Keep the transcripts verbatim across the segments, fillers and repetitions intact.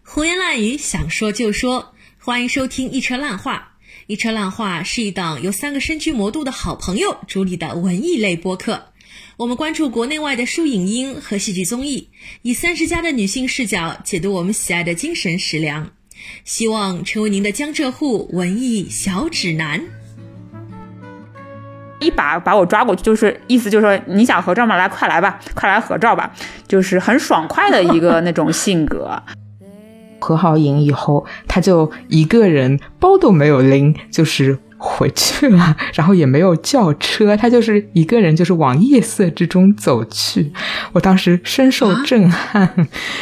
胡言乱语，想说就说，欢迎收听一车烂话。一车烂话是一档由三个身居魔都的好朋友主理的文艺类播客。我们关注国内外的书影音和戏剧综艺，以三十加的女性视角解读我们喜爱的精神食粮，希望成为您的江浙沪文艺小指南。 一把把我抓过去，就是意思就是说你想合照吗？来，快来吧，快来合照吧，就是很爽快的一个那种性格。 合好影以后，他就一个人包都没有拎，就是回去了，然后也没有叫车，他就是一个人就是往夜色之中走去。我当时深受震撼、啊、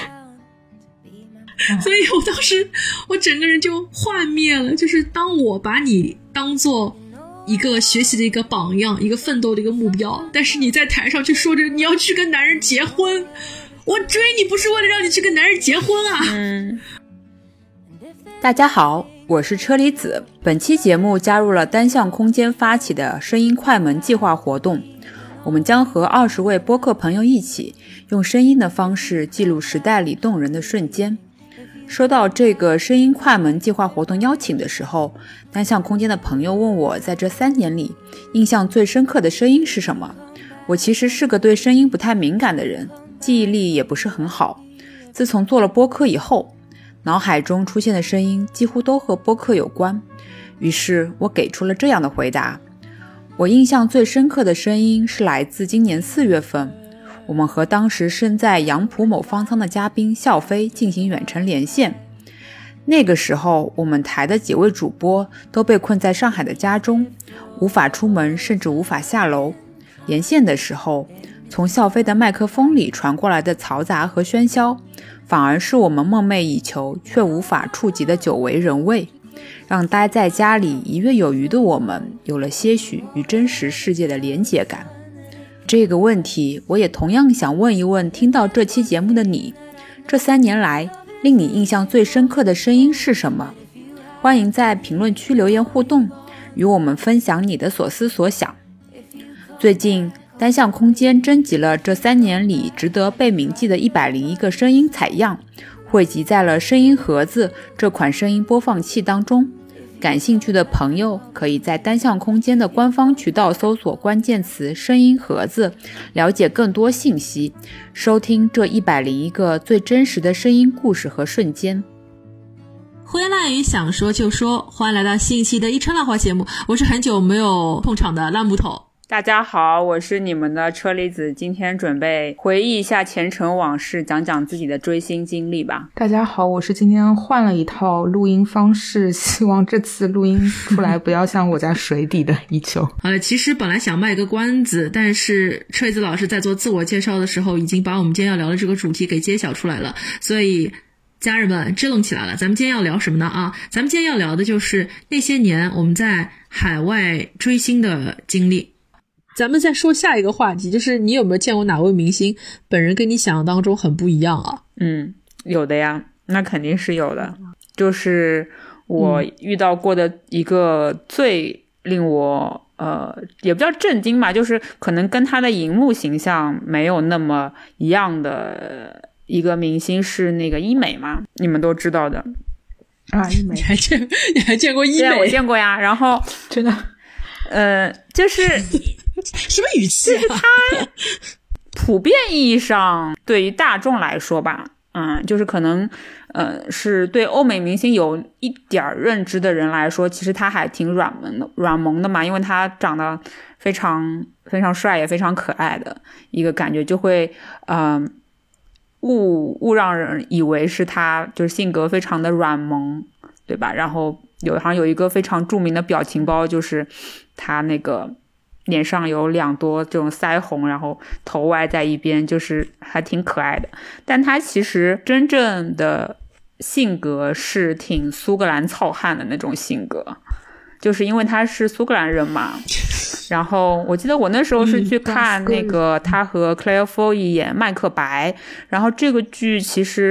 所以我当时我整个人就幻灭了，就是当我把你当做一个学习的一个榜样，一个奋斗的一个目标，但是你在台上去说着你要去跟男人结婚，我追你不是为了让你去跟男人结婚啊。 嗯，大家好，我是车厘子。本期节目加入了单向空间发起的声音快门计划活动，我们将和二十位播客朋友一起用声音的方式记录时代里动人的瞬间。收到这个声音快门计划活动邀请的时候，单向空间的朋友问我在这三年里印象最深刻的声音是什么。我其实是个对声音不太敏感的人，记忆力也不是很好。自从做了播客以后，脑海中出现的声音几乎都和播客有关，于是我给出了这样的回答。我印象最深刻的声音是来自今年四月份，我们和当时身在杨浦某方舱的嘉宾笑飞进行远程连线。那个时候我们台的几位主播都被困在上海的家中，无法出门，甚至无法下楼。连线的时候，从笑飞的麦克风里传过来的嘈杂和喧嚣，反而是我们梦寐以求却无法触及的久违人味，让待在家里一月有余的我们有了些许与真实世界的连结感。这个问题我也同样想问一问听到这期节目的你，这三年来令你印象最深刻的声音是什么？欢迎在评论区留言互动，与我们分享你的所思所想。最近单向空间征集了这三年里值得被铭记的一百零一个声音采样，汇集在了声音盒子这款声音播放器当中。感兴趣的朋友可以在单向空间的官方渠道搜索关键词声音盒子，了解更多信息，收听这一百零一个最真实的声音故事和瞬间。 胡言乱语，想说就说，欢迎来到新一期的一车烂话节目，我是很久没有碰场的烂木头。 大家好，我是你们的车厘子，今天准备回忆一下前尘往事，讲讲自己的追星经历吧。 大家好，我是今天换了一套录音方式，希望这次录音出来不要像我在水底的一球。 呃，其实本来想卖个关子，但是车厘子老师在做自我介绍的时候已经把我们今天要聊的这个主题给揭晓出来了，所以家人们支棱起来了。咱们今天要聊什么呢啊？咱们今天要聊的就是那些年我们在海外追星的经历。咱们再说下一个话题，就是你有没有见过哪位明星本人跟你想象当中很不一样啊？ 嗯，有的呀，那肯定是有的。就是我遇到过的一个最令我、嗯、呃，也不叫震惊吧，就是可能跟他的荧幕形象没有那么一样的一个明星是那个医美嘛，你们都知道的啊。医美你还见你还见过医美？ 对，我见过呀。然后真的呃，就是什么语气、啊、 就是他普遍意义上对于大众来说吧，嗯，就是可能呃是对欧美明星有一点认知的人来说，其实他还挺软萌的软萌的嘛，因为他长得非常非常帅也非常可爱的一个感觉，就会嗯、呃、误误让人以为是他就是性格非常的软萌，对吧？然后有好像有一个非常著名的表情包，就是他那个脸上有两朵这种腮红，然后头歪在一边，就是还挺可爱的。但他其实真正的性格是挺苏格兰糙汉的那种性格，就是因为他是苏格兰人嘛。然后我记得我那时候是去看那个他和 Claire Foy 演麦克白，然后这个剧其实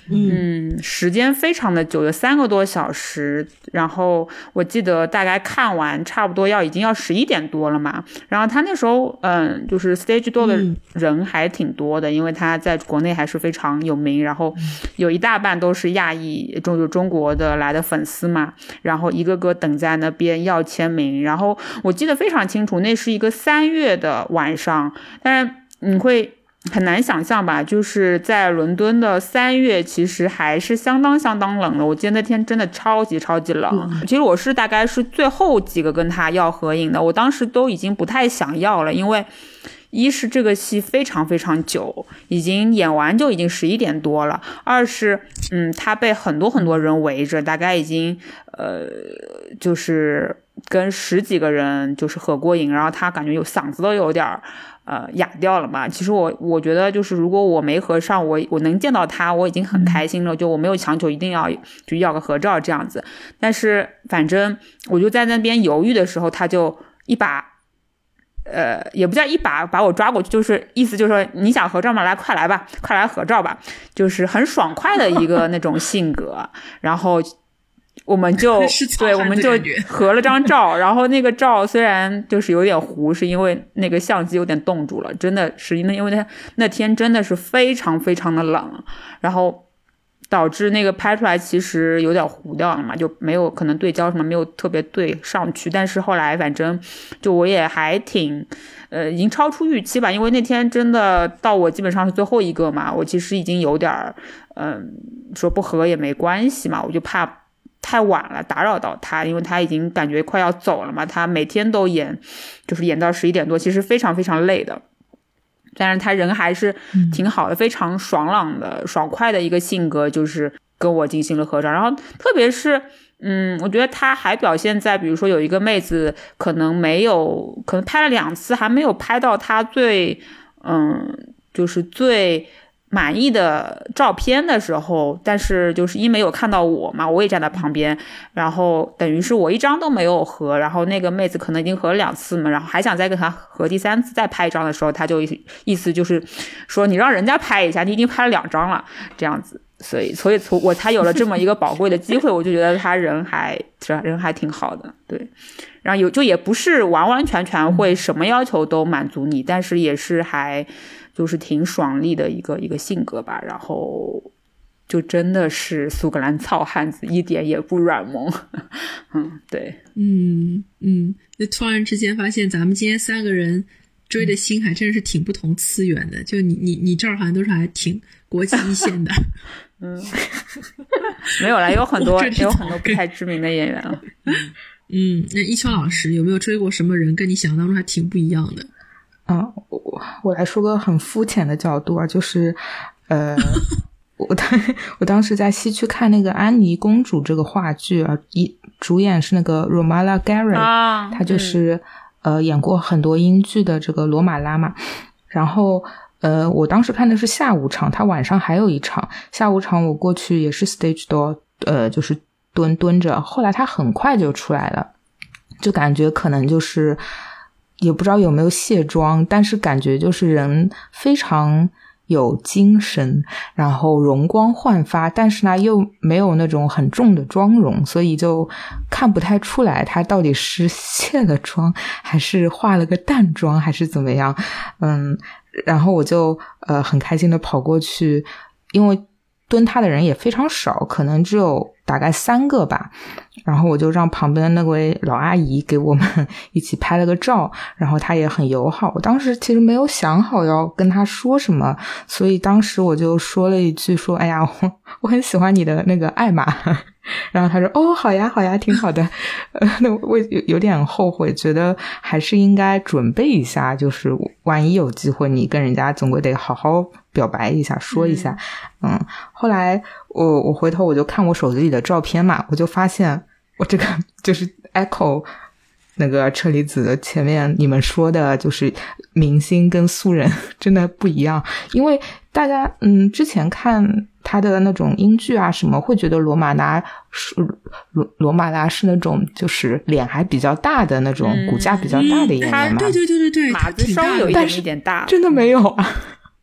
嗯，时间非常的久，有三个多小时。然后我记得大概看完差不多要已经要十一点多了嘛。然后他那时候嗯，就是 stage door 的人还挺多的，嗯、因为他在国内还是非常有名。然后有一大半都是亚裔，就是中国的来的粉丝嘛。然后一个个等在那边要签名。然后我记得非常清楚，那是一个三月的晚上，但是你会。很难想象吧，就是在伦敦的三月其实还是相当相当冷了。我记得那天真的超级超级冷、嗯、其实我是大概是最后几个跟他要合影的，我当时都已经不太想要了，因为一是这个戏非常非常久，已经演完就已经十一点多了，二是嗯，他被很多很多人围着，大概已经呃就是跟十几个人就是合过影，然后他感觉有嗓子都有点呃哑掉了吧。其实我我觉得就是如果我没合上，我我能见到他我已经很开心了，就我没有强求一定要就要个合照这样子。但是反正我就在那边犹豫的时候，他就一把呃也不叫一把把我抓过去，就是意思就是说你想合照吗？来快来吧，快来合照吧，就是很爽快的一个那种性格。然后我们就对我们就合了张照，然后那个照虽然就是有点糊，是因为那个相机有点冻住了，真的是因为因为那那天真的是非常非常的冷，然后导致那个拍出来其实有点糊掉了嘛，就没有可能对焦什么没有特别对上去。但是后来反正就我也还挺呃已经超出预期吧，因为那天真的到我基本上是最后一个嘛，我其实已经有点嗯、呃、说不合也没关系嘛，我就怕太晚了打扰到他，因为他已经感觉快要走了嘛，他每天都演就是演到十一点多，其实非常非常累的。但是他人还是挺好的、嗯、非常爽朗的爽快的一个性格，就是跟我进行了合照。然后特别是嗯，我觉得他还表现在比如说有一个妹子可能没有可能拍了两次还没有拍到他最嗯就是最满意的照片的时候，但是就是因为有看到我嘛，我也站在旁边，然后等于是我一张都没有合，然后那个妹子可能已经合了两次嘛，然后还想再跟她合第三次再拍一张的时候，她就意思就是说你让人家拍一下，你已经拍了两张了这样子。所以所以我才有了这么一个宝贵的机会，我就觉得他人还人还挺好的，对。然后有就也不是完完全全会什么要求都满足你，但是也是还就是挺爽利的一个一个性格吧。然后就真的是苏格兰糙汉子，一点也不软萌。嗯，对， 嗯嗯，就突然之间发现咱们今天三个人追的星还真是挺不同次元的，就你你你这儿好像都是还挺国际一线的。 嗯，没有啦，有很多有很多不太知名的演员了。 嗯，那一秋老师有没有追过什么人跟你想象当中还挺不一样的？ 嗯，我我来说个很肤浅的角度啊，就是呃我当我当时在西区看那个安妮公主这个话剧啊，一主演是那个 Romola Garai，她、啊、就是、嗯、呃演过很多英剧的这个罗马拉嘛。然后呃我当时看的是下午场，她晚上还有一场，下午场我过去也是 stage door， 呃就是蹲蹲着，后来她很快就出来了，就感觉可能就是也不知道有没有卸妆，但是感觉就是人非常有精神，然后容光焕发，但是呢又没有那种很重的妆容，所以就看不太出来他到底是卸了妆还是化了个淡妆还是怎么样。嗯，然后我就呃很开心的跑过去，因为蹲他的人也非常少，可能只有大概三个吧，然后我就让旁边的那位老阿姨给我们一起拍了个照，然后她也很友好。我当时其实没有想好要跟她说什么，所以当时我就说了一句说哎呀我我很喜欢你的那个艾玛，然后她说哦好呀好呀挺好的。呃，那我有有点后悔，觉得还是应该准备一下，就是万一有机会你跟人家总归得好好表白一下说一下。嗯, 嗯后来我我回头我就看我手机里的照片嘛，我就发现我这个就是 echo 那个车厘子的前面你们说的就是明星跟素人真的不一样。因为大家嗯之前看他的那种英剧啊什么，会觉得罗马拉是罗罗马拉是那种就是脸还比较大的那种、嗯、骨架比较大的演员嘛、 嗯、对对对对对， 马子稍微有一点一点大， 真的没有啊。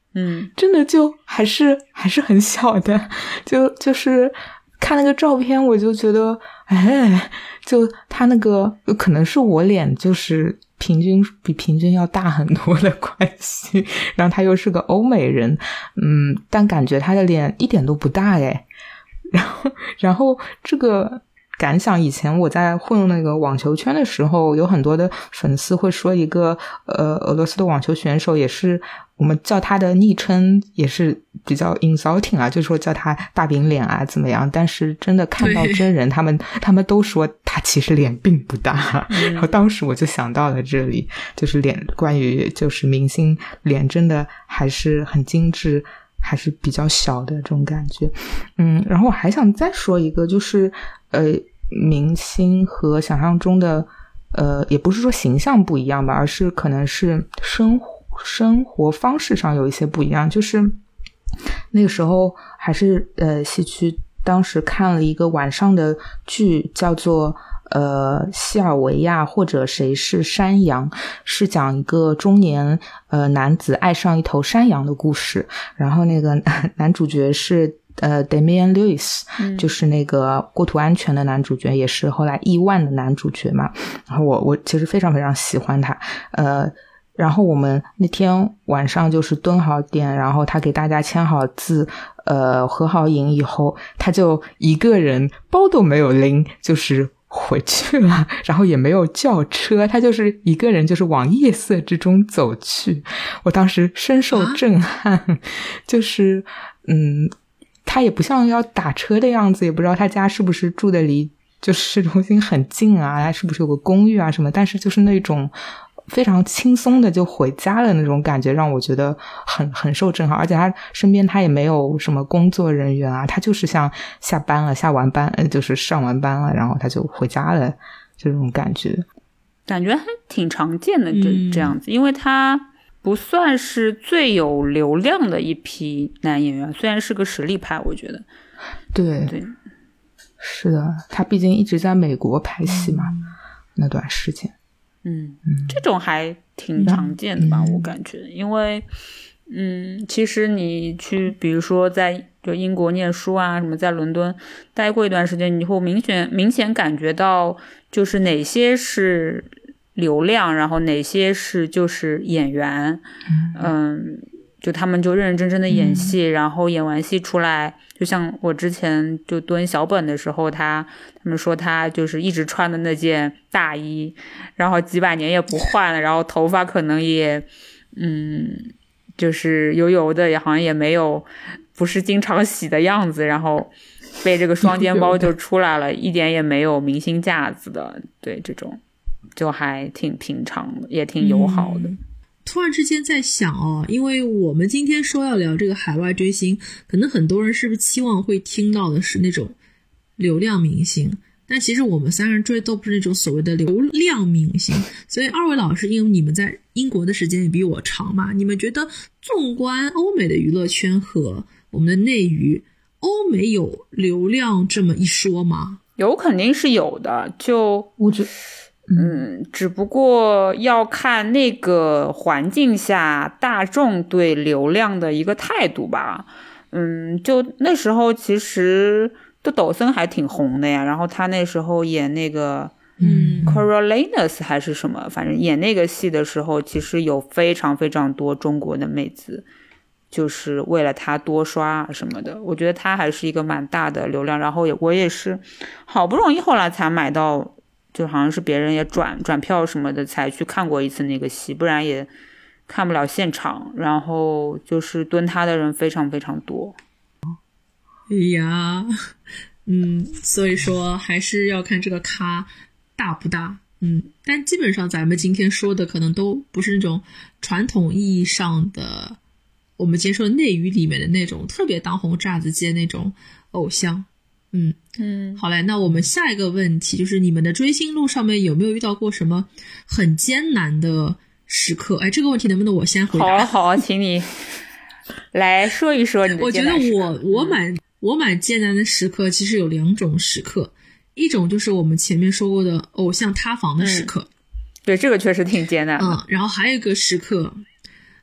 嗯， 真的就还是还是很小的，就就是看那个照片，我就觉得，哎，就他那个可能是我脸就是平均比平均要大很多的关系，然后他又是个欧美人，嗯，但感觉他的脸一点都不大哎，然后然后这个。感想以前我在混那个网球圈的时候，有很多的粉丝会说一个呃俄罗斯的网球选手，也是我们叫他的昵称也是比较 insulting 啊，就是说叫他大饼脸啊怎么样，但是真的看到真人他们他们都说他其实脸并不大、嗯、然后当时我就想到了这里，就是脸关于就是明星脸真的还是很精致，还是比较小的这种感觉。嗯，然后我还想再说一个，就是呃明星和想象中的呃也不是说形象不一样吧，而是可能是生活生活方式上有一些不一样。就是那个时候还是呃戏区当时看了一个晚上的剧，叫做呃西尔维亚或者谁是山羊，是讲一个中年呃男子爱上一头山羊的故事。然后那个男主角是呃 Damian Lewis、嗯、就是那个过途安全的男主角，也是后来亿万的男主角嘛。然后我我其实非常非常喜欢他。呃然后我们那天晚上就是蹲好点，然后他给大家签好字，呃合好影以后，他就一个人包都没有拎，就是回去了，然后也没有叫车，他就是一个人就是往夜色之中走去。我当时深受震撼、啊、就是嗯他也不像要打车的样子，也不知道他家是不是住的离就是市中心很近啊，他是不是有个公寓啊什么，但是就是那种非常轻松的就回家了那种感觉，让我觉得很很受震撼。而且他身边他也没有什么工作人员啊，他就是像下班了下完班就是上完班了然后他就回家了这种感觉， 感觉还挺常见的这、嗯、这样子。因为他不算是最有流量的一批男演员，虽然是个实力派，我觉得对对， 是的，他毕竟一直在美国拍戏嘛、嗯、那段时间。 嗯，这种还挺常见的吧、嗯、我感觉。因为嗯，其实你去比如说在就英国念书啊什么，在伦敦待过一段时间，你会明显明显感觉到就是哪些是流量，然后哪些是就是演员。 嗯, 嗯就他们就认认真真的演戏、嗯、然后演完戏出来，就像我之前就蹲小本的时候，他他们说他就是一直穿的那件大衣，然后几百年也不换了，然后头发可能也嗯就是油油的，也好像也没有不是经常洗的样子，然后背这个双肩包就出来了，一点也没有明星架子的。对，这种就还挺平常的，也挺友好的、嗯突然之间在想哦，因为我们今天说要聊这个海外追星，可能很多人是不是期望会听到的是那种流量明星，但其实我们三个人追都不是那种所谓的流量明星。所以二位老师，因为你们在英国的时间也比我长嘛，你们觉得纵观欧美的娱乐圈和我们的内娱，欧美有流量这么一说吗？ 有，肯定是有的。就我觉得嗯，只不过要看那个环境下大众对流量的一个态度吧。嗯，就那时候其实就抖森还挺红的呀，然后他那时候演那个嗯 Coriolanus 还是什么，反正演那个戏的时候，其实有非常非常多中国的妹子就是为了他多刷什么的。我觉得他还是一个蛮大的流量，然后也我也是好不容易后来才买到，就好像是别人也转转票什么的才去看过一次那个戏，不然也看不了现场。然后就是蹲他的人非常非常多。 哎呀，嗯，所以说还是要看这个咖大不大。嗯，但基本上咱们今天说的可能都不是那种传统意义上的我们今天说的内娱里面的那种特别当红炸子鸡那种偶像。嗯嗯，好嘞，那我们下一个问题就是你们的追星路上面有没有遇到过什么很艰难的时刻？哎，这个问题能不能我先回答？ 好啊好啊，请你来说一说你的艰难时刻。 我觉得我我蛮、嗯、我蛮艰难的时刻其实有两种时刻，一种就是我们前面说过的偶像塌房的时刻。 嗯、对，这个确实挺艰难的。 嗯，然后还有一个时刻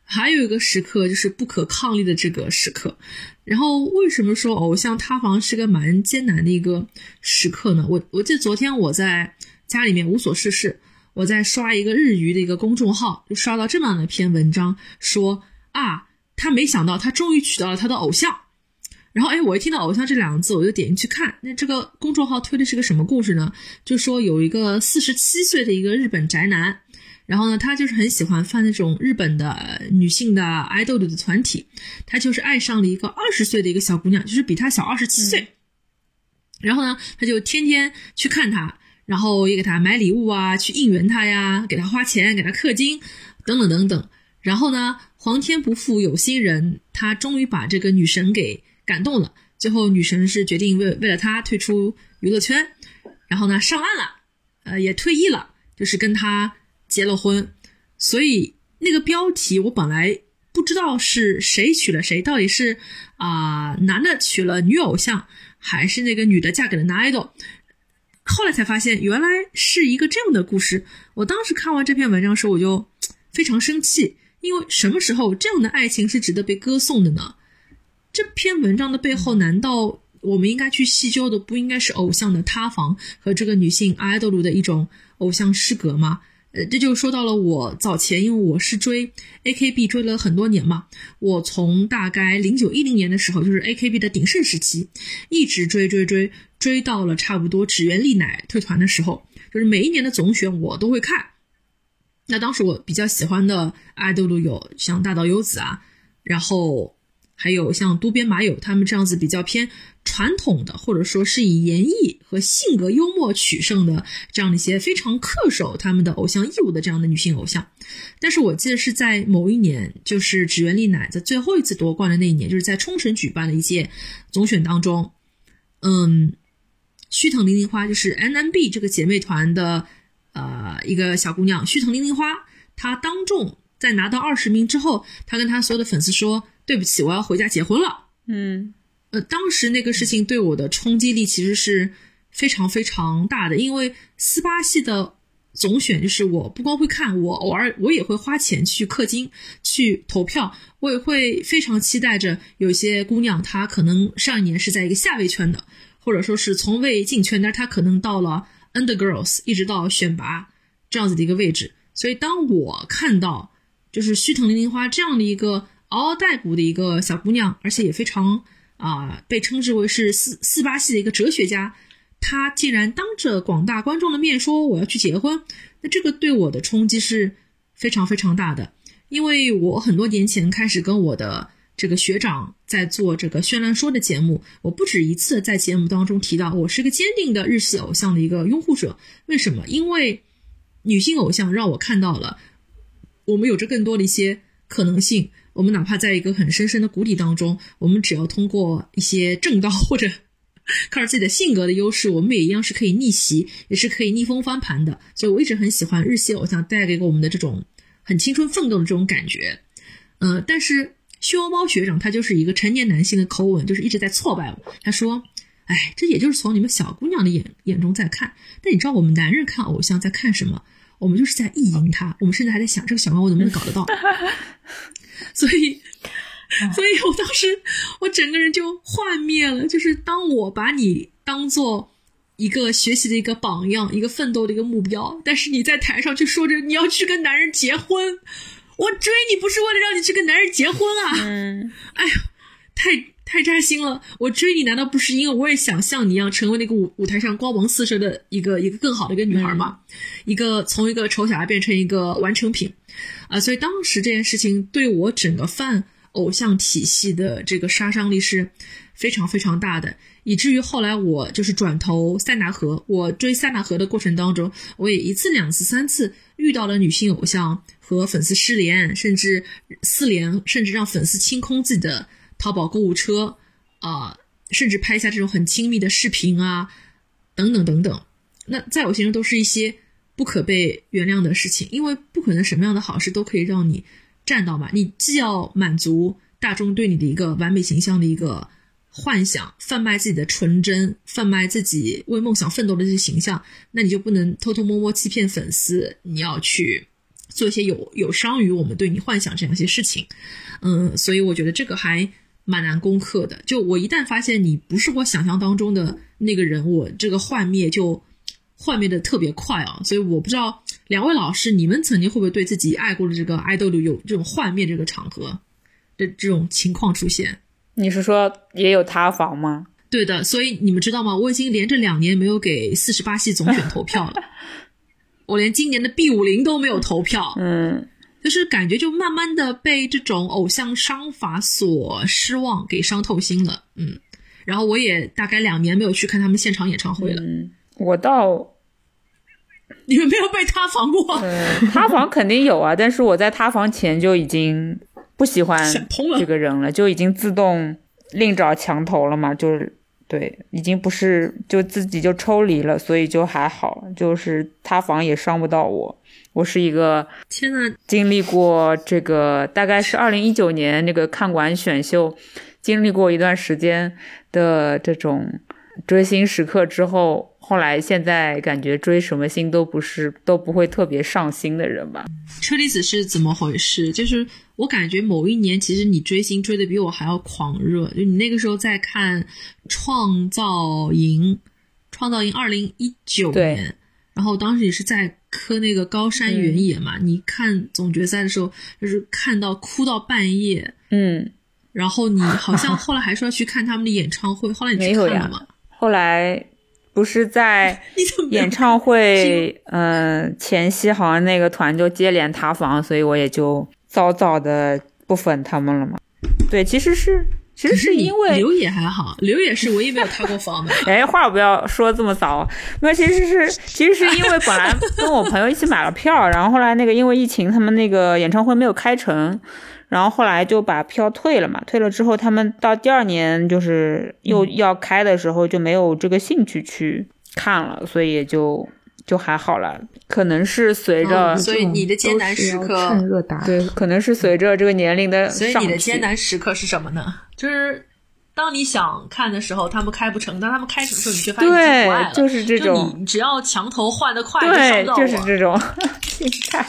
还有一个时刻就是不可抗力的这个时刻。然后为什么说偶像塌房是个蛮艰难的一个时刻呢？我我记得昨天我在家里面无所事事，我在刷一个日语的一个公众号，就刷到这么样的一篇文章，说啊，他没想到他终于娶到了他的偶像。然后哎，我一听到偶像这两个字，我就点进去看，那这个公众号推的是个什么故事呢？就说有一个四十七岁的一个日本宅男，然后呢他就是很喜欢翻那种日本的女性的 idol 的团体，他就是爱上了一个二十岁的一个小姑娘，就是比他小二十七岁、嗯、然后呢他就天天去看她，然后也给她买礼物啊，去应援她呀，给她花钱，给她氪金等等等等。然后呢皇天不负有心人，他终于把这个女神给感动了，最后女神是决定为为了他退出娱乐圈，然后呢上岸了，呃也退役了，就是跟他结了婚。所以那个标题我本来不知道是谁娶了谁，到底是啊、呃、男的娶了女偶像，还是那个女的嫁给了男 idol， 后来才发现原来是一个这样的故事。我当时看完这篇文章的时候我就非常生气，因为什么时候这样的爱情是值得被歌颂的呢？这篇文章的背后，难道我们应该去细究的不应该是偶像的塌房和这个女性 idol 的一种偶像失格吗？呃，这就说到了我早前，因为我是追 A K B 追了很多年嘛，我从大概零九一零年的时候，就是 A K B 的鼎盛时期，一直追追追追到了差不多指原莉乃退团的时候，就是每一年的总选我都会看。那当时我比较喜欢的 idol 有像大岛优子啊，然后还有像渡边麻友他们这样子比较偏传统的，或者说是以演绎和性格幽默取胜的这样的一些非常恪守他们的偶像义务的这样的女性偶像。但是我记得是在某一年，就是指原莉乃在最后一次夺冠的那一年，就是在冲绳举办的一届总选当中，嗯，须藤玲玲花就是 N M B 这个姐妹团的呃一个小姑娘须藤玲玲花，她当众在拿到二十名之后，她跟她所有的粉丝说对不起，我要回家结婚了。 嗯， 呃，当时那个事情对我的冲击力其实是非常非常大的，因为斯巴系的总选就是我不光会看，我偶尔我也会花钱去氪金去投票，我也会非常期待着有些姑娘她可能上一年是在一个下位圈的，或者说是从未进圈，但是她可能到了 Under Girls 一直到选拔这样子的一个位置。所以当我看到就是须藤玲玲花这样的一个嗷嗷待哺的一个小姑娘，而且也非常啊、呃，被称之为是四四八系的一个哲学家，她竟然当着广大观众的面说我要去结婚，那这个对我的冲击是非常非常大的。因为我很多年前开始跟我的这个学长在做这个绚烂说的节目，我不止一次在节目当中提到我是个坚定的日系偶像的一个拥护者。为什么？因为女性偶像让我看到了我们有着更多的一些可能性，我们哪怕在一个很深深的谷底当中，我们只要通过一些正道或者靠着自己的性格的优势，我们也一样是可以逆袭，也是可以逆风翻盘的。所以我一直很喜欢日系偶像带给我们的这种很青春奋斗的这种感觉。呃，但是漩涡猫学长他就是一个成年男性的口吻，就是一直在挫败我。他说哎，这也就是从你们小姑娘的眼眼中在看，但你知道我们男人看偶像在看什么？我们就是在意淫他，我们甚至还在想这个小猫我能不能搞得到。所以所以我当时我整个人就幻灭了，就是当我把你当做一个学习的一个榜样，一个奋斗的一个目标，但是你在台上去说着你要去跟男人结婚，我追你不是为了让你去跟男人结婚啊。 嗯， 哎呀，太太扎心了。我追你难道不是因为我也想像你一样成为那个舞舞台上光芒四射的一个一个更好的一个女孩吗？嗯、一个从一个丑小鸭变成一个完成品啊、呃！所以当时这件事情对我整个泛偶像体系的这个杀伤力是非常非常大的，以至于后来我就是转投塞纳河。我追塞纳河的过程当中，我也一次两次三次遇到了女性偶像和粉丝失联，甚至私联，甚至让粉丝清空自己的淘宝购物车啊、呃，甚至拍下这种很亲密的视频啊，等等等等。那在我心中都是一些不可被原谅的事情，因为不可能什么样的好事都可以让你占到嘛。你既要满足大众对你的一个完美形象的一个幻想，贩卖自己的纯真，贩卖自己为梦想奋斗的这些形象，那你就不能偷偷摸摸欺骗粉丝，你要去做一些有有伤于我们对你幻想这样一些事情。嗯，所以我觉得这个还蛮难攻克的。就我一旦发现你不是我想象当中的那个人，我这个幻灭就幻灭的特别快啊。所以我不知道两位老师，你们曾经会不会对自己爱过的这个爱豆有这种幻灭这个场合的这种情况出现？ 你是说也有塌房吗？ 对的，所以你们知道吗？我已经连着两年没有给四十八系总选投票了，我连今年的 B 五十 都没有投票。 嗯， 就是感觉就慢慢的被这种偶像商法所失望给伤透心了。嗯，然后我也大概两年没有去看他们现场演唱会了。 嗯，我倒你们没有被塌房过？ 呃，塌房肯定有啊，但是我在塌房前就已经不喜欢这个人了，就已经自动另找墙头了嘛，就是对，已经不是就自己就抽离了，所以就还好，就是塌房也伤不到我。我是一个天哪， 经历过这个大概是二零一九年那个看管选秀，经历过一段时间的这种追星时刻之后，后来现在感觉追什么星都不是都不会特别上心的人吧。 车厘子是怎么回事？就是我感觉某一年其实你追星追的比我还要狂热，就你那个时候在看创造营创造营二零一九年，然后当时也是在磕那个高山原野嘛、嗯、你看总决赛的时候就是看到哭到半夜。 嗯， 然后你好像后来还说要去看他们的演唱会后来你去看了吗？ 后来不是在演唱会嗯、呃、前夕好像那个团就接连塌房，所以我也就早早的不粉他们了嘛。对，其实是其实是因为刘野还好，刘野是唯一没有塌过房的。 哎，话不要说这么早。那其实是其实是因为本来跟我朋友一起买了票，然后后来那个因为疫情他们那个演唱会没有开成，然后后来就把票退了嘛，退了之后他们到第二年就是又要开的时候就没有这个兴趣去看了，所以也就就还好了。可能是随着、 哦、所以你的艰难时刻趁热打对，可能是随着这个年龄的上去。 所以你的艰难时刻是什么呢？就是当你想看的时候他们开不成，当他们开成的时候你就发现你不爱了， 对，就是这种， 就你只要墙头换得快对， 就上到我， 就是这种心态。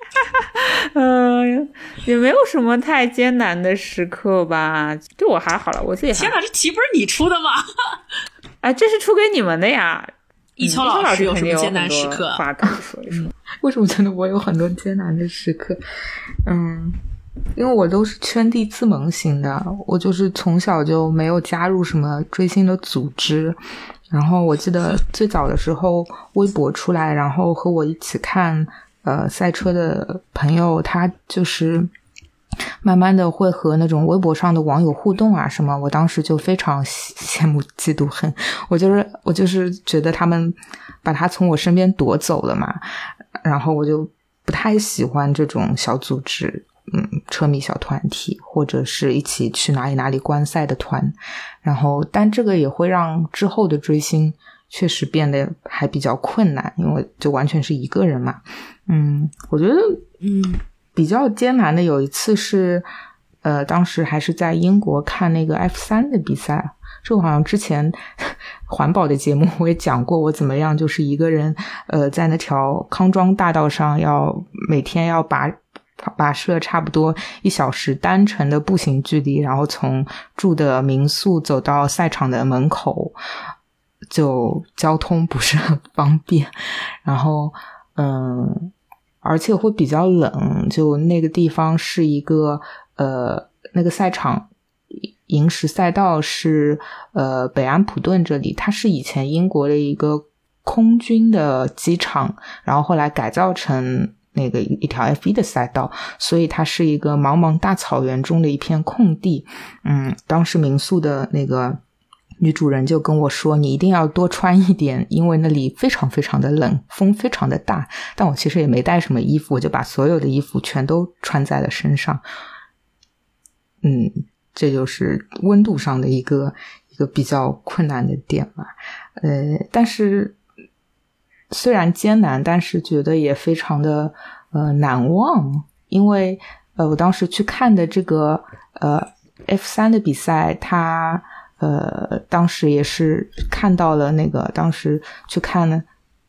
嗯，也没有什么太艰难的时刻吧，对我还好了，我自己还好。 天哪，这题不是你出的吗？ 啊，这是出给你们的呀。 一秋老师有什么艰难时刻？ 话可以说一说、嗯。 为什么觉得我有很多艰难的时刻？嗯，因为我都是圈地自萌型的，我就是从小就没有加入什么追星的组织。然后我记得最早的时候，微博出来，然后和我一起看呃赛车的朋友，他就是慢慢的会和那种微博上的网友互动啊什么，我当时就非常羡慕嫉妒恨，我就是我就是觉得他们把他从我身边夺走了嘛，然后我就不太喜欢这种小组织，嗯，车迷小团体或者是一起去哪里哪里观赛的团，然后但这个也会让之后的追星确实变得还比较困难，因为就完全是一个人嘛。嗯，我觉得嗯比较艰难的有一次是呃当时还是在英国看那个 F 三 的比赛，这个好像之前环保的节目我也讲过，我怎么样就是一个人呃在那条康庄大道上要每天要把跋涉差不多一小时单程的步行距离，然后从住的民宿走到赛场的门口，就交通不是很方便，然后嗯而且会比较冷，就那个地方是一个呃那个赛场银石赛道是呃北安普顿这里，它是以前英国的一个空军的机场，然后后来改造成那个一条 F 一 的赛道，所以它是一个茫茫大草原中的一片空地。嗯，当时民宿的那个女主人就跟我说，你一定要多穿一点，因为那里非常非常的冷，风非常的大。但我其实也没带什么衣服，我就把所有的衣服全都穿在了身上。嗯，这就是温度上的一个一个比较困难的点吧。呃，但是虽然艰难，但是觉得也非常的呃难忘，因为呃我当时去看的这个呃 F 三 的比赛，它呃当时也是看到了那个当时去看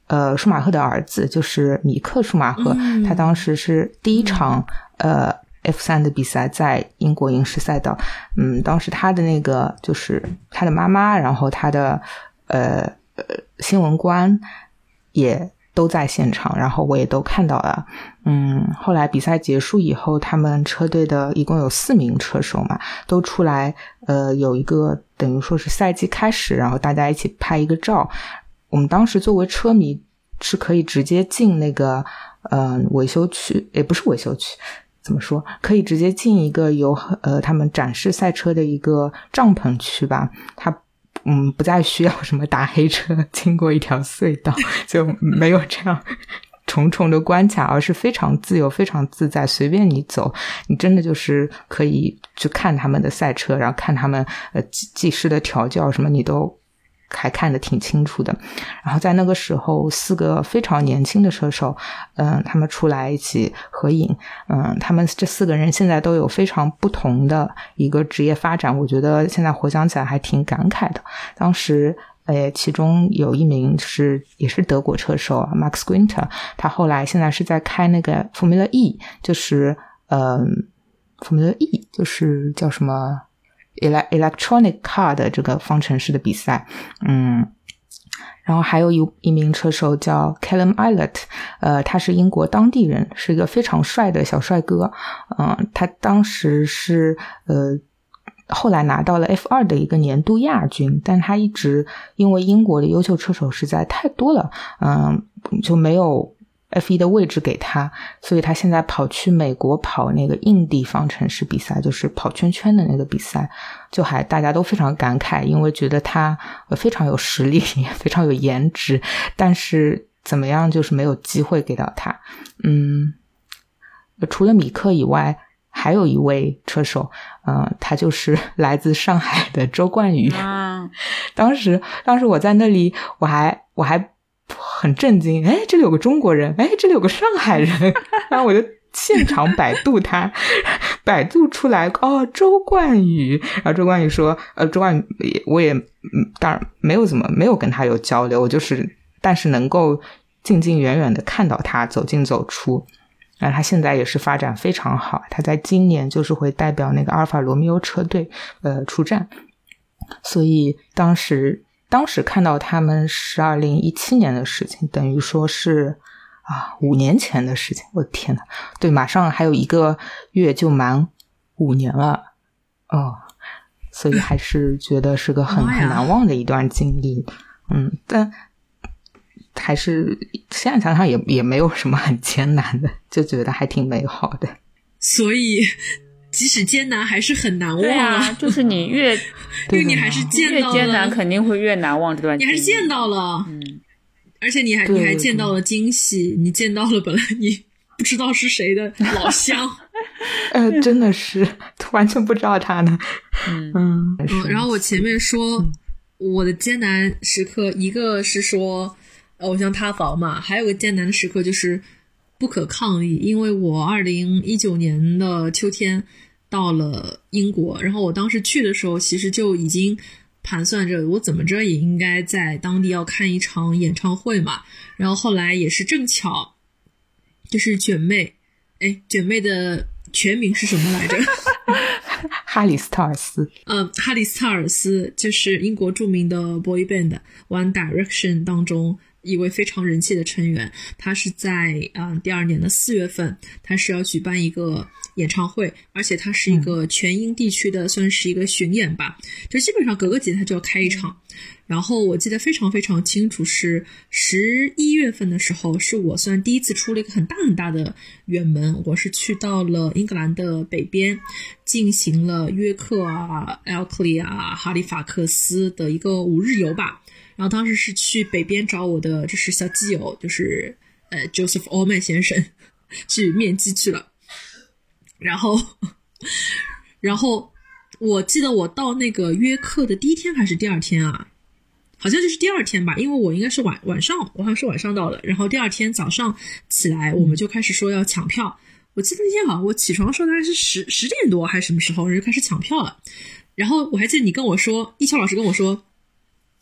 呃舒马赫的儿子，就是米克舒马赫、嗯、他当时是第一场、嗯、呃 F 三 的比赛在英国银石赛道，嗯，当时他的那个就是他的妈妈，然后他的呃呃新闻官也都在现场，然后我也都看到了。嗯，后来比赛结束以后，他们车队的一共有四名车手嘛，都出来呃有一个等于说是赛季开始，然后大家一起拍一个照。我们当时作为车迷是可以直接进那个嗯、呃、维修区，也不是维修区，怎么说，可以直接进一个有呃他们展示赛车的一个帐篷区吧。它嗯，不再需要什么打黑车经过一条隧道，就没有这样重重的关卡，而是非常自由非常自在，随便你走，你真的就是可以去看他们的赛车，然后看他们呃技师的调教什么，你都还看得挺清楚的。然后在那个时候，四个非常年轻的车手嗯，他们出来一起合影。嗯，他们这四个人现在都有非常不同的一个职业发展，我觉得现在回想起来还挺感慨的。当时呃，其中有一名是也是德国车手 Max Günther， 他后来现在是在开那个 Formula E， 就是呃 Formula E 就是叫什么Electronic Car 的这个方程式的比赛。嗯，然后还有一一名车手叫 Callum Ilott， 呃，他是英国当地人，是一个非常帅的小帅哥。嗯、呃，他当时是呃后来拿到了 F 二 的一个年度亚军，但他一直因为英国的优秀车手实在太多了，嗯、呃，就没有F 一 的位置给他，所以他现在跑去美国跑那个印地方程式比赛，就是跑圈圈的那个比赛，就还大家都非常感慨，因为觉得他非常有实力，非常有颜值，但是怎么样就是没有机会给到他。嗯，除了米克以外，还有一位车手，嗯、呃，他就是来自上海的周冠宇。 啊， 当时当时我在那里，我还我还很震惊，哎，这里有个中国人，哎，这里有个上海人，然后我就现场百度他，百度出来，哦，周冠宇，然后周冠宇说，呃，周冠宇，我也，嗯，当然没有怎么没有跟他有交流，我就是，但是能够近近远远的看到他走进走出，然后他现在也是发展非常好，他在今年就是会代表那个阿尔法罗密欧车队，呃，出战，所以当时。当时看到他们是二零一七年的事情，等于说是啊五年前的事情，我的天哪，对，马上还有一个月就满五年了哦，所以还是觉得是个很很难忘的一段经历。嗯，但还是现在想想也也没有什么很艰难的，就觉得还挺美好的。 所以即使艰难还是很难忘。 对啊，就是你越因为你还是见到了， 越艰难肯定会越难忘这段经历。 你还是见到了， 嗯， 而且你还你还见到了惊喜，你见到了本来你不知道是谁的老乡。 呃，真的是完全不知道他呢。 嗯嗯， 嗯，然后我前面说、嗯、我的艰难时刻，一个是说偶像塌房嘛，还有个艰难的时刻就是不可抗力，因为我二零一九年的秋天到了英国，然后我当时去的时候其实就已经盘算着我怎么着也应该在当地要看一场演唱会嘛，然后后来也是正巧就是卷妹，哎，卷妹的全名是什么来着？ 哈里斯特尔斯。 嗯，哈里斯特尔斯就是英国著名的 boy band One Direction 当中一位非常人气的成员，他是在嗯第二年的四月份，他是要举办一个演唱会，而且他是一个全英地区的，算是一个巡演吧，就基本上隔个节他就要开一场。然后我记得非常非常清楚，是十一月份的时候，是我算第一次出了一个很大很大的远门，我是去到了英格兰的北边，进行了约克啊、艾克利啊、哈利法克斯的一个五日游吧。然后当时是去北边找我的就是小基友，就是呃 Joseph Allman 先生去面基去了。然后然后我记得我到那个约克的第一天还是第二天啊，好像就是第二天吧，因为我应该是晚晚上，我好像是晚上到的，然后第二天早上起来我们就开始说要抢票。我记得那天好像我起床的时候大概是十十点多还是什么时候就开始抢票了。然后我还记得你跟我说，一秋老师跟我说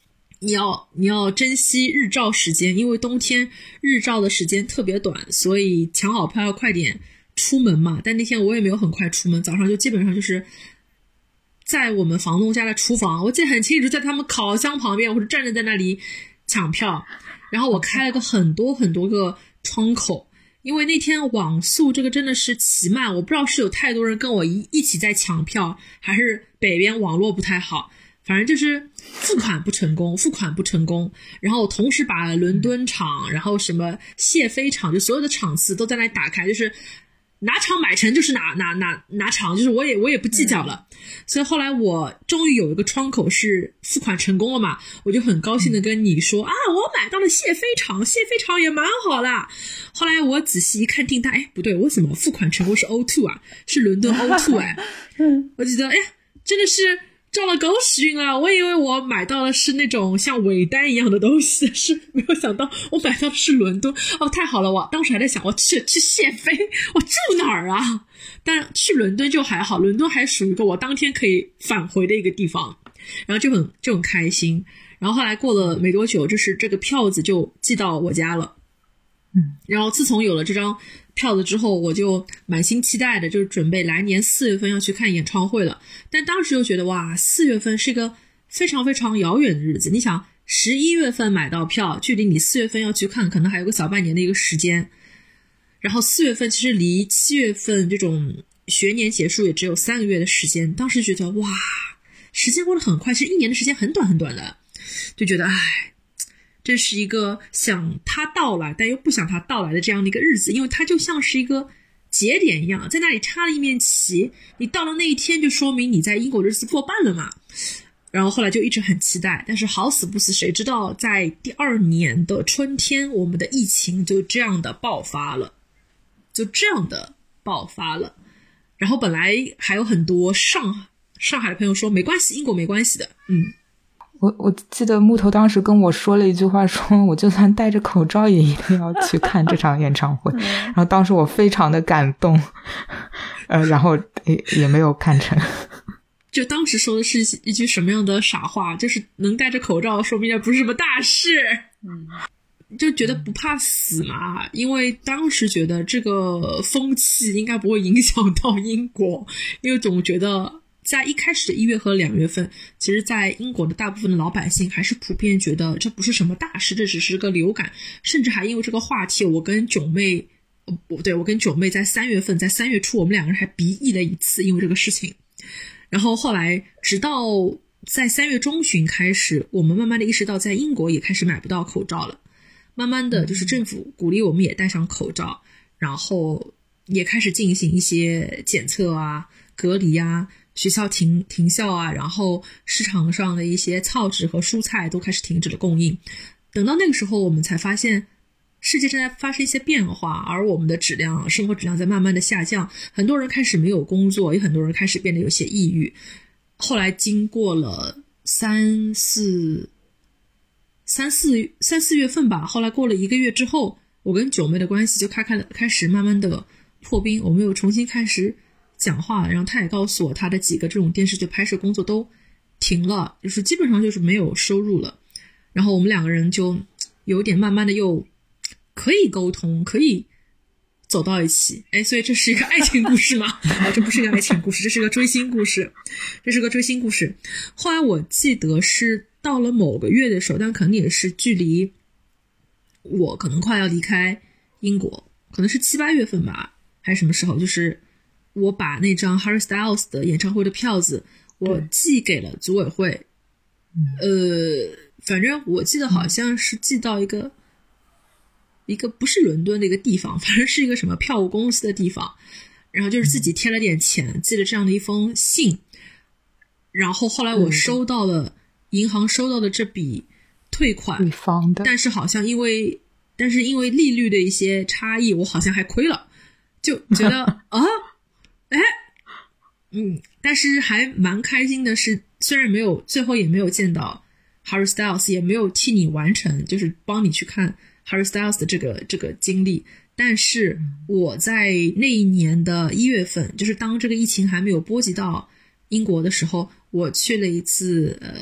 你要你要珍惜日照时间，因为冬天日照的时间特别短，所以抢好票要快点出门嘛。但那天我也没有很快出门，早上就基本上就是在我们房东家的厨房，我记得很清楚，在他们烤箱旁边，我是站着在那里抢票。然后我开了个很多很多个窗口，因为那天网速这个真的是奇慢，我不知道是有太多人跟我一一起在抢票，还是北边网络不太好，反正就是付款不成功，付款不成功。然后同时把伦敦场，然后什么谢飞场，就所有的场次都在那里打开，就是哪场买成就是哪哪哪哪场，就是我也我也不计较了。嗯、所以后来我终于有一个窗口是付款成功了嘛，我就很高兴的跟你说、嗯、啊，我买到了谢飞场，谢飞场也蛮好的。后来我仔细一看订单，哎，不对，我怎么付款成功是 O 二 啊？是伦敦 O 二 哎，我记得哎，真的是撞了狗屎运啊！我以为我买到的是那种像尾单一样的东西，是没有想到我买到的是伦敦。哦，太好了！我当时还在想，我去去谢飞，我住哪儿啊？但去伦敦就还好，伦敦还属于一个我当天可以返回的一个地方，然后就很就很开心。然后后来过了没多久，就是这个票子就寄到我家了。嗯，然后自从有了这张票子之后，我就满心期待的，就是准备来年四月份要去看演唱会了。但当时又觉得哇，四月份是一个非常非常遥远的日子。你想，十一月份买到票，距离你四月份要去看，可能还有个小半年的一个时间。然后四月份其实离七月份这种学年结束也只有三个月的时间。当时觉得哇，时间过得很快，其实一年的时间很短很短的，就觉得唉。这是一个想它到来但又不想它到来的这样的一个日子，因为它就像是一个节点一样，在那里插了一面旗，你到了那一天就说明你在英国的日子过半了嘛。然后后来就一直很期待，但是好死不死，谁知道在第二年的春天，我们的疫情就这样的爆发了，就这样的爆发了。然后本来还有很多上上海的朋友说没关系，英国没关系的，嗯。 我我记得木头当时跟我说了一句话，说我就算戴着口罩也一定要去看这场演唱会。然后当时我非常的感动，呃，然后也也没有看成。 就当时说的是一句什么样的傻话？就是能戴着口罩，说明也不是什么大事。嗯，就觉得不怕死嘛，因为当时觉得这个风气应该不会影响到英国，因为总觉得。在一开始的一月和两月份，其实在英国的大部分的老百姓还是普遍觉得这不是什么大事，这只是个流感，甚至还因为这个话题，我跟囧妹，不对，我跟囧妹在三月份，在三月初，我们两个人还鼻翼了一次，因为这个事情。然后后来，直到在三月中旬开始，我们慢慢的意识到，在英国也开始买不到口罩了。慢慢的就是政府鼓励我们也戴上口罩，然后也开始进行一些检测啊、隔离啊。学校停停校啊，然后市场上的一些草纸和蔬菜都开始停止了供应。等到那个时候，我们才发现世界正在发生一些变化，而我们的质量、生活质量在慢慢的下降。很多人开始没有工作，也很多人开始变得有些抑郁。后来经过了三四三四三四月份吧，后来过了一个月之后，我跟九妹的关系就开开开始慢慢的破冰，我们又重新开始。讲话，然后他也告诉我他的几个这种电视剧拍摄工作都停了，就是基本上就是没有收入了。然后我们两个人就有点慢慢的又可以沟通，可以走到一起。哎，所以这是一个爱情故事吗？哦，这不是一个爱情故事，这是个追星故事，这是个追星故事。后来我记得是到了某个月的时候，但可能也是距离我可能快要离开英国，可能是七八月份吧，还是什么时候，就是我把那张 Harry Styles 的演唱会的票子我寄给了组委会。呃，反正我记得好像是寄到一个、嗯、一个不是伦敦的一个地方，反正是一个什么票务公司的地方，然后就是自己贴了点钱、嗯、寄了这样的一封信。然后后来我收到了、嗯、银行收到的这笔退款， 对方的， 但是好像因为但是因为利率的一些差异，我好像还亏了，就觉得啊哎，嗯，但是还蛮开心的是，虽然没有最后也没有见到 Harry Styles， 也没有替你完成就是帮你去看 Harry Styles 的这个这个经历，但是我在那一年的一月份，就是当这个疫情还没有波及到英国的时候，我去了一次呃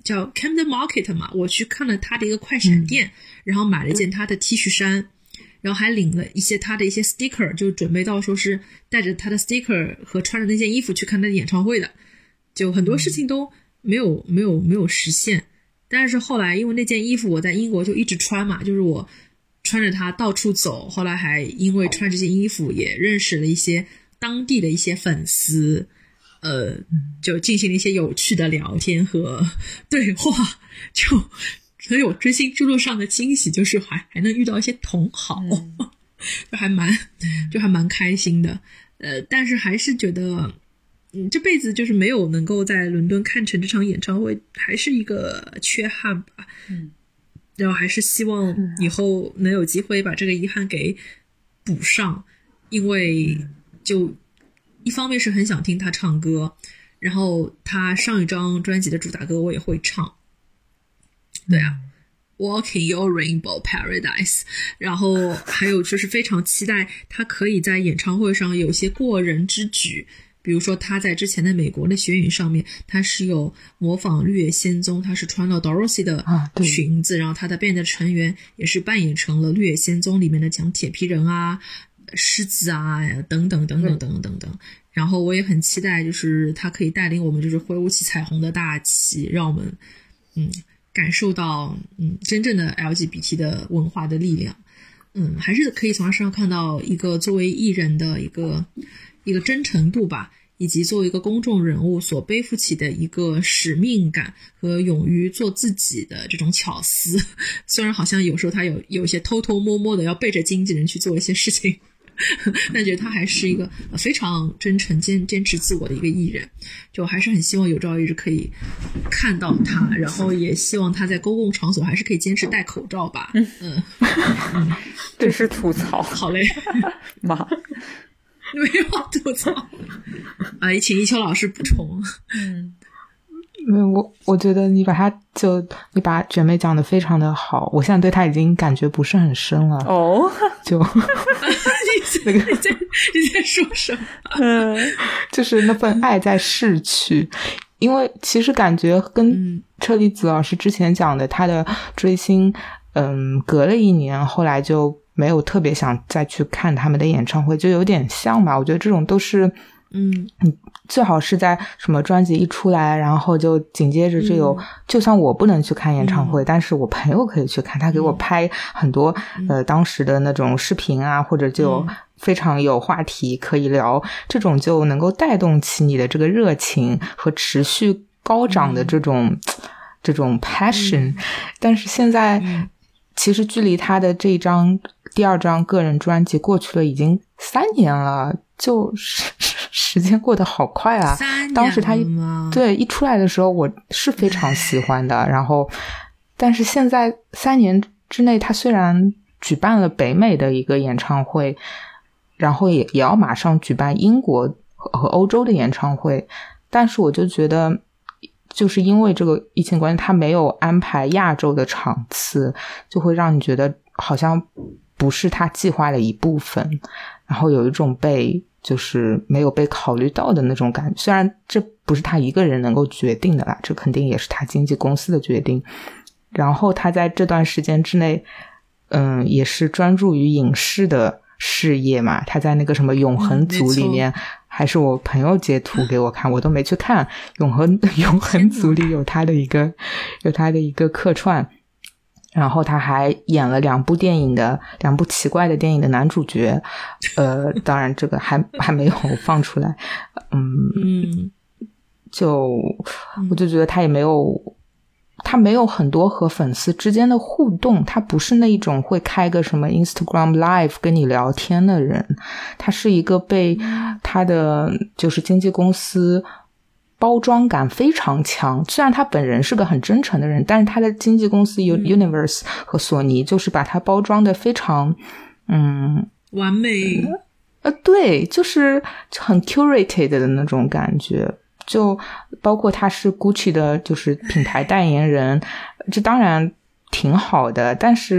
叫 Camden Market 嘛，我去看了他的一个快闪店、嗯、然后买了一件他的 T 恤衫，然后还领了一些他的一些 sticker， 就准备到说是带着他的 sticker 和穿着那件衣服去看他的演唱会的，就很多事情都没有没有没有实现。但是后来因为那件衣服我在英国就一直穿嘛，就是我穿着它到处走，后来还因为穿这件衣服也认识了一些当地的一些粉丝，呃，就进行了一些有趣的聊天和对话，就很有追星之路上的惊喜，就是还还能遇到一些同好、嗯、就还蛮就还蛮开心的。呃，但是还是觉得嗯，这辈子就是没有能够在伦敦看成这场演唱会，还是一个缺憾吧。嗯，然后还是希望以后能有机会把这个遗憾给补上，因为就一方面是很想听他唱歌，然后他上一张专辑的主打歌我也会唱。对啊。Walk in your rainbow paradise， 然后还有就是非常期待他可以在演唱会上有一些过人之举，比如说他在之前的美国的学运上面，他是有模仿绿野仙踪，他是穿了 Dorothy 的裙子、啊、然后他的 band 的成员也是扮演成了绿野仙踪里面的讲铁皮人啊、狮子啊等等等等等等等等。然后我也很期待就是他可以带领我们就是挥舞起彩虹的大旗，让我们嗯感受到嗯真正的 L G B T 的文化的力量。嗯，还是可以从他身上看到一个作为艺人的一个一个真诚度吧，以及作为一个公众人物所背负起的一个使命感和勇于做自己的这种巧思。虽然好像有时候他有有一些偷偷摸摸的要背着经纪人去做一些事情，但觉得他还是一个非常真诚坚坚持自我的一个艺人。就还是很希望有朝一日可以看到他，然后也希望他在公共场所还是可以坚持戴口罩吧。嗯嗯，这是吐槽。 好嘞， 妈， 没有吐槽。啊，请一秋老师补充。 嗯。我我觉得你把他就你把卷妹讲得非常的好，我现在对他已经感觉不是很深了。 哦， 就那个你在你在说什么？ 嗯，就是那份爱在逝去。因为其实感觉跟车厘子老师之前讲的他的追星，嗯，隔了一年，后来就没有特别想再去看他们的演唱会，就有点像吧。我觉得这种都是。嗯，你最好是在什么专辑一出来，然后就紧接着就有、嗯、就算我不能去看演唱会、嗯、但是我朋友可以去看，他给我拍很多、嗯、呃当时的那种视频啊，或者就非常有话题可以聊、嗯、这种就能够带动起你的这个热情和持续高涨的这种、嗯、这种 passion、嗯、但是现在、嗯、其实距离他的这一张第二张个人专辑过去了已经三年了，就是时间过得好快啊！当时他对一出来的时候，我是非常喜欢的。然后，但是现在三年之内，他虽然举办了北美的一个演唱会，然后也也要马上举办英国和欧洲的演唱会，但是我就觉得，就是因为这个疫情关系，他没有安排亚洲的场次，就会让你觉得好像不是他计划的一部分，然后有一种被。就是没有被考虑到的那种感觉，虽然这不是他一个人能够决定的啦，这肯定也是他经纪公司的决定。然后他在这段时间之内，嗯，也是专注于影视的事业嘛。他在那个什么永恒族里面，嗯、还是我朋友截图给我看，我都没去看。永恒永恒族里有他的一个有他的一个客串。然后他还演了两部电影的两部奇怪的电影的男主角，呃，当然这个还还没有放出来，嗯嗯，就我就觉得他也没有，他没有很多和粉丝之间的互动，他不是那一种会开个什么 Instagram Live 跟你聊天的人，他是一个被他的就是经纪公司。包装感非常强，虽然他本人是个很真诚的人，但是他的经纪公司 Universe 和索尼就是把他包装的非常嗯完美、 呃对，就是很 curated 的那种感觉，就包括他是 Gucci 的就是品牌代言人，这当然挺好的，但是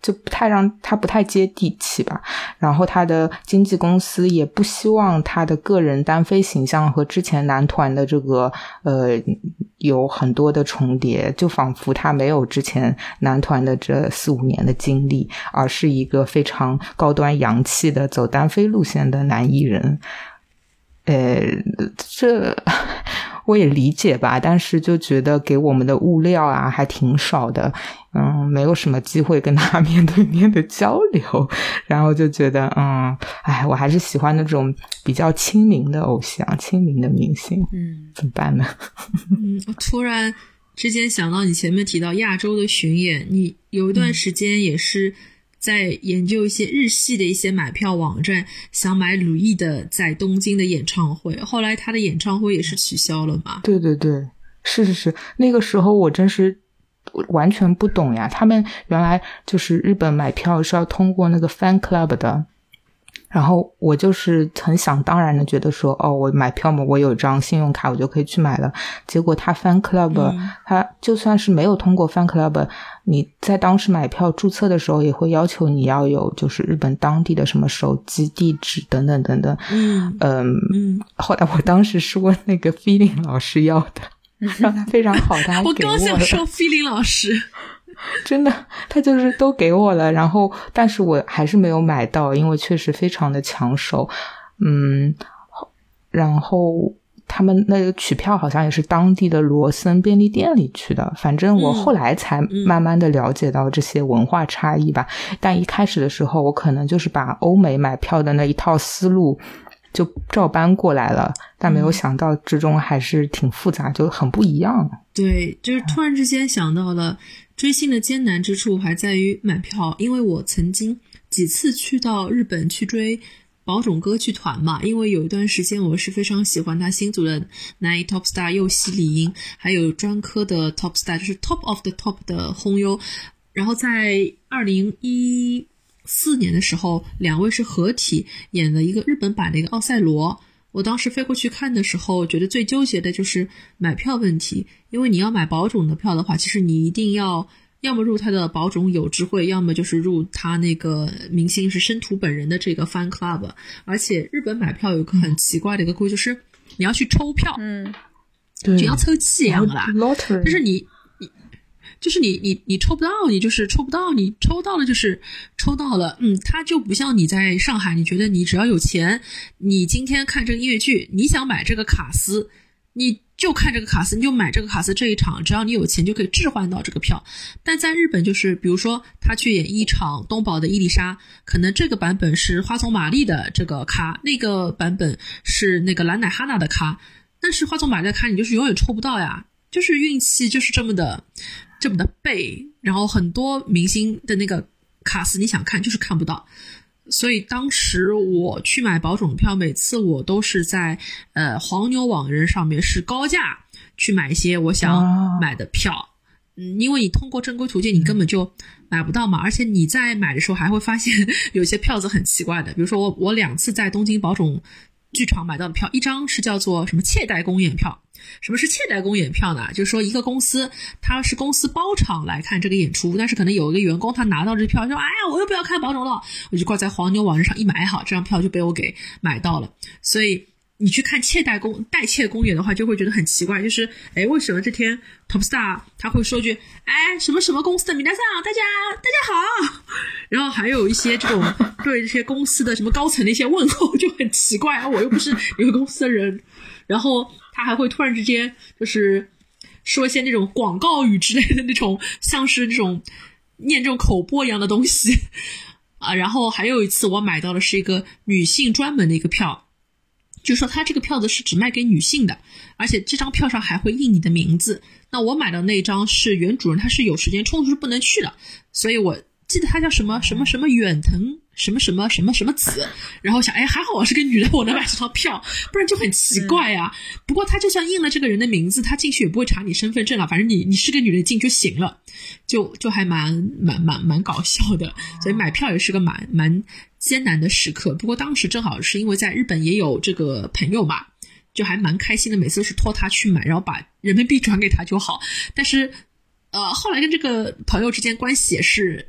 就不太让他不太接地气吧。然后他的经纪公司也不希望他的个人单飞形象和之前男团的这个呃有很多的重叠，就仿佛他没有之前男团的这四五年的经历，而是一个非常高端洋气的走单飞路线的男艺人。呃，这我也理解吧，但是就觉得给我们的物料啊还挺少的，嗯，没有什么机会跟他面对面的交流，然后就觉得嗯，哎，我还是喜欢那种比较亲民的偶像，亲民的明星，嗯，怎么办呢？ 嗯，我突然之间想到你前面提到亚洲的巡演，你有一段时间也是在研究一些日系的一些买票网站，想买鲁艺的在东京的演唱会，后来他的演唱会也是取消了嘛？ 对对对，是是是，那个时候我真是完全不懂呀，他们原来就是日本买票是要通过那个 fan club 的，然后我就是很想当然的觉得说，哦，我买票嘛，我有张信用卡我就可以去买了，结果他 fan club、嗯、他就算是没有通过 fan club， 你在当时买票注册的时候也会要求你要有就是日本当地的什么手机地址等等等等。嗯嗯，后来我当时是问那个 feeling 老师要的，让他非常好，他还给我了。 我刚想说 feeling 老师真的他就是都给我了，然后但是我还是没有买到，因为确实非常的抢手。嗯，然后他们那个取票好像也是当地的罗森便利店里去的，反正我后来才慢慢的了解到这些文化差异吧、嗯、但一开始的时候我可能就是把欧美买票的那一套思路就照搬过来了，但没有想到之中还是挺复杂，就很不一样。 对，就是突然之间想到了追星的艰难之处还在于买票，因为我曾经几次去到日本去追宝冢歌剧团嘛，因为有一段时间我是非常喜欢他新组的男一 top star 右西里英，还有专科的 top star 就是 top of the top 的轰优，然后在二零一四年的时候两位是合体演了一个日本版的一个奥赛罗，我当时飞过去看的时候觉得最纠结的就是买票问题，因为你要买宝冢的票的话，其实你一定要要么入他的宝冢有知会，要么就是入他那个明星是申屠本人的这个 fan club， 而且日本买票有个很奇怪的一个规矩、嗯、就是你要去抽票，嗯，对，就像抽气一样的啦，但是你就是你你你抽不到，你就是抽不到，你抽到了就是抽到了，嗯，它就不像你在上海，你觉得你只要有钱，你今天看这个音乐剧，你想买这个卡司，你就看这个卡司，你就买这个卡司这一场，只要你有钱就可以置换到这个票。但在日本就是比如说他去演一场东宝的伊丽莎，可能这个版本是花丛玛丽的这个咖，那个版本是那个兰乃哈娜的咖，但是花丛玛丽的咖你就是永远抽不到呀，就是运气就是这么的这么的背，然后很多明星的那个卡司你想看就是看不到。所以当时我去买宝冢票，每次我都是在呃黄牛网人上面是高价去买一些我想买的票、哦、嗯，因为你通过正规途径你根本就买不到嘛，而且你在买的时候还会发现有些票子很奇怪的，比如说我我两次在东京宝冢剧场买到的票，一张是叫做什么窃带公演票。什么是窃带公演票呢？就是说一个公司它是公司包场来看这个演出，但是可能有一个员工他拿到这票说，哎呀我又不要看宝冢了，我就挂在黄牛网站上一买好，这张票就被我给买到了。所以你去看窃带公代窃公演的话就会觉得很奇怪，就是哎为什么这天 Top Star 他会说句哎什么什么公司的皆さん大家大家好，然后还有一些这种对这些公司的什么高层的一些问候就很奇怪，我又不是一个公司的人，然后他还会突然之间就是说一些那种广告语之类的那种像是那种念这种口播一样的东西啊。然后还有一次我买到的是一个女性专门的一个票，就是说他这个票子是只卖给女性的，而且这张票上还会印你的名字。那我买的那张是原主人他是有时间冲突是不能去的，所以我记得他叫什么什么什么远藤什么什么什么什么子，然后想哎还好我是个女人我能买这张票，不然就很奇怪呀、啊嗯、不过他就算印了这个人的名字，他进去也不会查你身份证了，反正你你是个女人进就行了，就就还蛮蛮蛮蛮搞笑的。所以买票也是个蛮蛮艰难的时刻，不过当时正好是因为在日本也有这个朋友嘛，就还蛮开心的，每次都是托他去买，然后把人民币转给他就好。但是呃后来跟这个朋友之间关系也是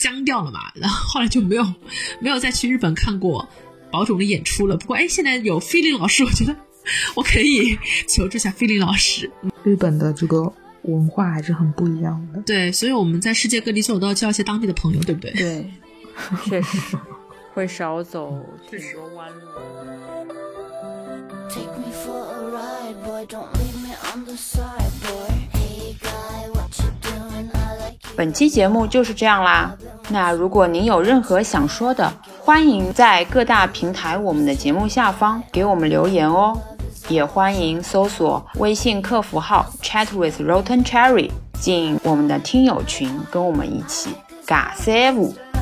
僵掉了嘛，然后后来就没有没有再去日本看过宝冢的演出了。不过哎，现在有菲林老师，我觉得我可以求助下菲林老师。 日本的这个文化还是很不一样的。 对，所以我们在世界各地走都要交一些当地的朋友，对不对？ 对，确实会少走挺多弯路。Take me for a ride, boy, don't leave me on the side, boy. Hey guy, what you doing? I like you. 本期节目就是这样啦。那如果您有任何想说的，欢迎在各大平台我们的节目下方给我们留言哦。也欢迎搜索微信客服号 Chat with Rotten Cherry 进我们的听友群，跟我们一起尬三五。